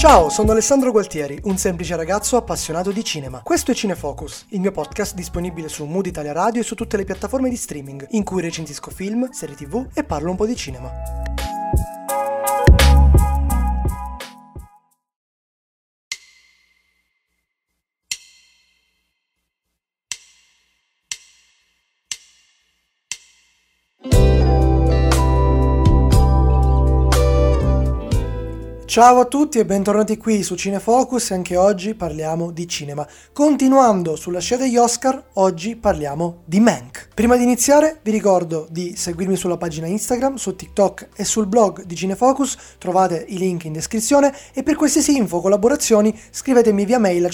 Ciao, sono Alessandro Gualtieri, un semplice ragazzo appassionato di cinema. Questo è Cinefocus, il mio podcast disponibile su Mood Italia Radio e su tutte le piattaforme di streaming, in cui recensisco film, serie TV e parlo un po' di cinema. Ciao a tutti e bentornati qui su Cinefocus e anche oggi parliamo di cinema. Continuando sulla scia degli Oscar, oggi parliamo di Mank. Prima di iniziare vi ricordo di seguirmi sulla pagina Instagram, su TikTok e sul blog di Cinefocus, trovate i link in descrizione e per qualsiasi info o collaborazioni scrivetemi via mail a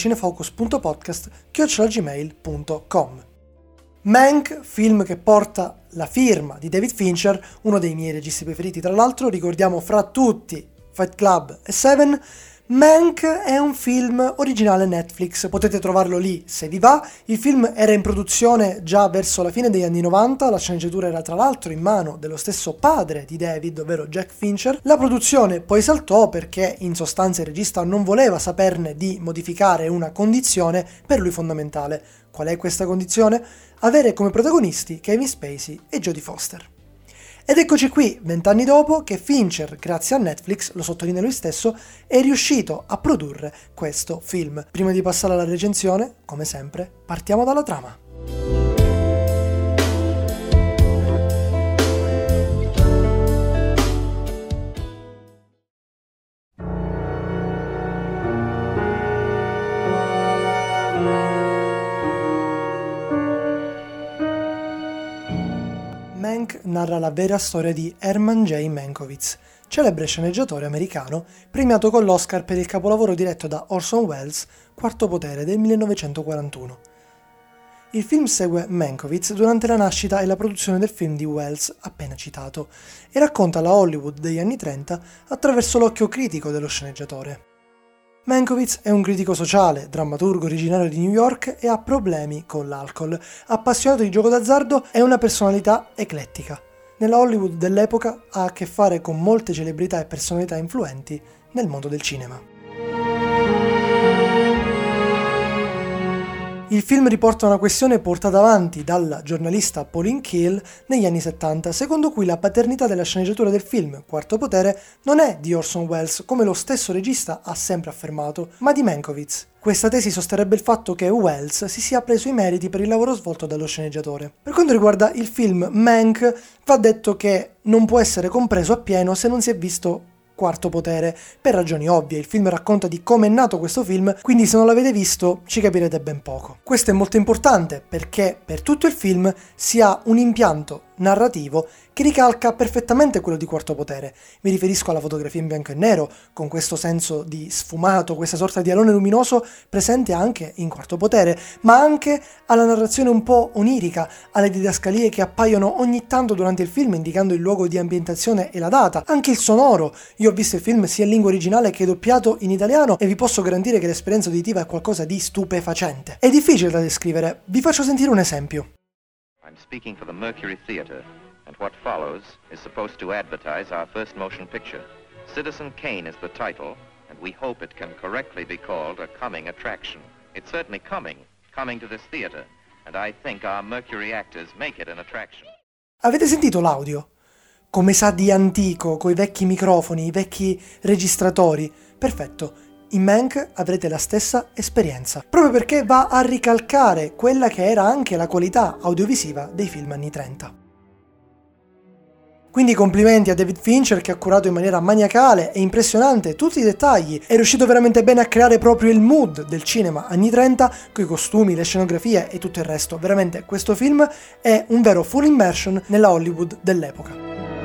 cinefocus.podcast@gmail.com. Mank, film che porta la firma di David Fincher, uno dei miei registi preferiti tra l'altro, ricordiamo fra tutti Fight Club e Seven. Mank è un film originale Netflix, potete trovarlo lì se vi va. Il film era in produzione già verso la fine degli anni 90, la sceneggiatura era tra l'altro in mano dello stesso padre di David, ovvero Jack Fincher. La produzione poi saltò perché in sostanza il regista non voleva saperne di modificare una condizione per lui fondamentale. Qual è questa condizione? Avere come protagonisti Kevin Spacey e Jodie Foster. Ed eccoci qui, 20 anni dopo, che Fincher, grazie a Netflix, lo sottolinea lui stesso, è riuscito a produrre questo film. Prima di passare alla recensione, come sempre, partiamo dalla trama. Mank narra la vera storia di Herman J. Mankiewicz, celebre sceneggiatore americano premiato con l'Oscar per il capolavoro diretto da Orson Welles, Quarto Potere del 1941. Il film segue Mankiewicz durante la nascita e la produzione del film di Welles appena citato e racconta la Hollywood degli anni 30 attraverso l'occhio critico dello sceneggiatore. Mankiewicz è un critico sociale, drammaturgo originario di New York e ha problemi con l'alcol. Appassionato di gioco d'azzardo, è una personalità eclettica. Nella Hollywood dell'epoca ha a che fare con molte celebrità e personalità influenti nel mondo del cinema. Il film riporta una questione portata avanti dalla giornalista Pauline Kael negli anni 70, secondo cui la paternità della sceneggiatura del film Quarto Potere non è di Orson Welles, come lo stesso regista ha sempre affermato, ma di Mankiewicz. Questa tesi sosterrebbe il fatto che Welles si sia preso i meriti per il lavoro svolto dallo sceneggiatore. Per quanto riguarda il film Mank, va detto che non può essere compreso appieno se non si è visto Quarto Potere, per ragioni ovvie. Il film racconta di come è nato questo film, quindi se non l'avete visto ci capirete ben poco. Questo è molto importante perché per tutto il film si ha un impianto narrativo che ricalca perfettamente quello di Quarto Potere. Mi riferisco alla fotografia in bianco e nero, con questo senso di sfumato, questa sorta di alone luminoso presente anche in Quarto Potere, ma anche alla narrazione un po' onirica, alle didascalie che appaiono ogni tanto durante il film indicando il luogo di ambientazione e la data, anche il sonoro. Io ho visto il film sia in lingua originale che doppiato in italiano e vi posso garantire che l'esperienza uditiva è qualcosa di stupefacente. È difficile da descrivere, vi faccio sentire un esempio. I'm speaking for the Mercury Theatre, and what follows is supposed to advertise our first motion picture. Citizen Kane is the title, and we hope it can correctly be called a coming attraction. It's certainly coming to this theatre, and I think our Mercury actors make it an attraction. Avete sentito l'audio? Come sa di antico, coi vecchi microfoni, i vecchi registratori. Perfetto. In Mank avrete la stessa esperienza, proprio perché va a ricalcare quella che era anche la qualità audiovisiva dei film anni 30. Quindi complimenti a David Fincher che ha curato in maniera maniacale e impressionante tutti i dettagli, è riuscito veramente bene a creare proprio il mood del cinema anni 30, coi costumi, le scenografie e tutto il resto. Veramente questo film è un vero full immersion nella Hollywood dell'epoca.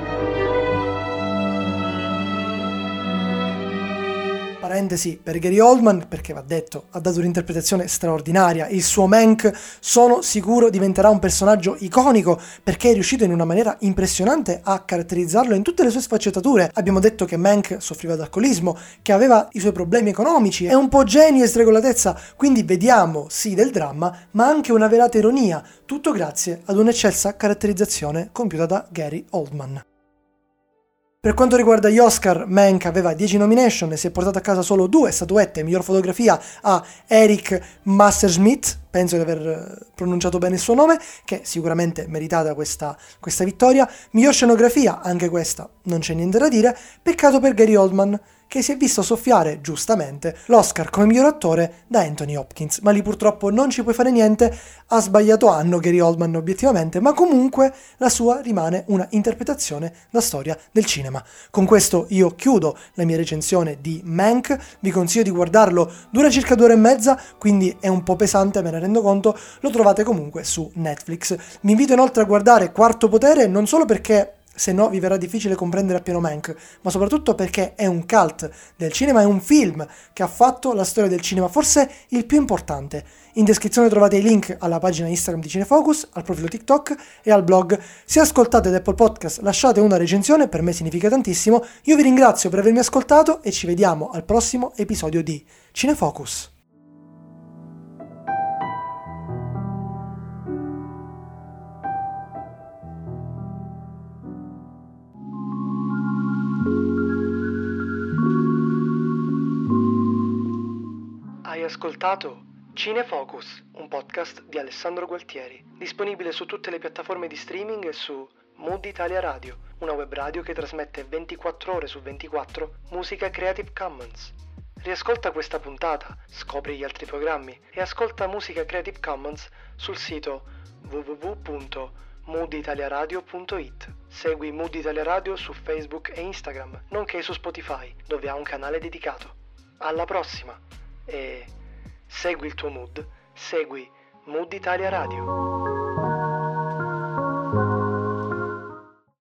Parentesi per Gary Oldman, perché va detto, ha dato un'interpretazione straordinaria. Il suo Mank, sono sicuro, diventerà un personaggio iconico perché è riuscito in una maniera impressionante a caratterizzarlo in tutte le sue sfaccettature. Abbiamo detto che Mank soffriva d'alcolismo, che aveva i suoi problemi economici, è un po' genio e sregolatezza, quindi vediamo sì del dramma, ma anche una velata ironia, tutto grazie ad un'eccelsa caratterizzazione compiuta da Gary Oldman. Per quanto riguarda gli Oscar, Mank aveva 10 nomination e si è portato a casa solo 2 statuette, miglior fotografia a Eric Messerschmidt, penso di aver pronunciato bene il suo nome, che sicuramente meritata questa vittoria, miglior scenografia, anche questa non c'è niente da dire, peccato per Gary Oldman, che si è visto soffiare, giustamente, l'Oscar come miglior attore da Anthony Hopkins, ma lì purtroppo non ci puoi fare niente, ha sbagliato anno Gary Oldman obiettivamente, ma comunque la sua rimane una interpretazione da storia del cinema. Con questo io chiudo la mia recensione di Mank, vi consiglio di guardarlo, dura circa 2 ore e mezza, quindi è un po' pesante, me ne rendo conto, lo trovate comunque su Netflix. Vi invito inoltre a guardare Quarto Potere, non solo perché se no vi verrà difficile comprendere appieno Mank, ma soprattutto perché è un cult del cinema, è un film che ha fatto la storia del cinema, forse il più importante. In descrizione trovate i link alla pagina Instagram di Cinefocus, al profilo TikTok e al blog. Se ascoltate ad Apple Podcast lasciate una recensione, per me significa tantissimo. Io vi ringrazio per avermi ascoltato e ci vediamo al prossimo episodio di Cinefocus. Hai ascoltato Cinefocus, un podcast di Alessandro Gualtieri, disponibile su tutte le piattaforme di streaming e su Mood Italia Radio, una web radio che trasmette 24 ore su 24 musica Creative Commons. Riascolta questa puntata, scopri gli altri programmi e ascolta musica Creative Commons sul sito www.mooditaliaradio.it. Segui Mood Italia Radio su Facebook e Instagram, nonché su Spotify, dove ha un canale dedicato. Alla prossima! E segui il tuo mood, segui Mood Italia Radio.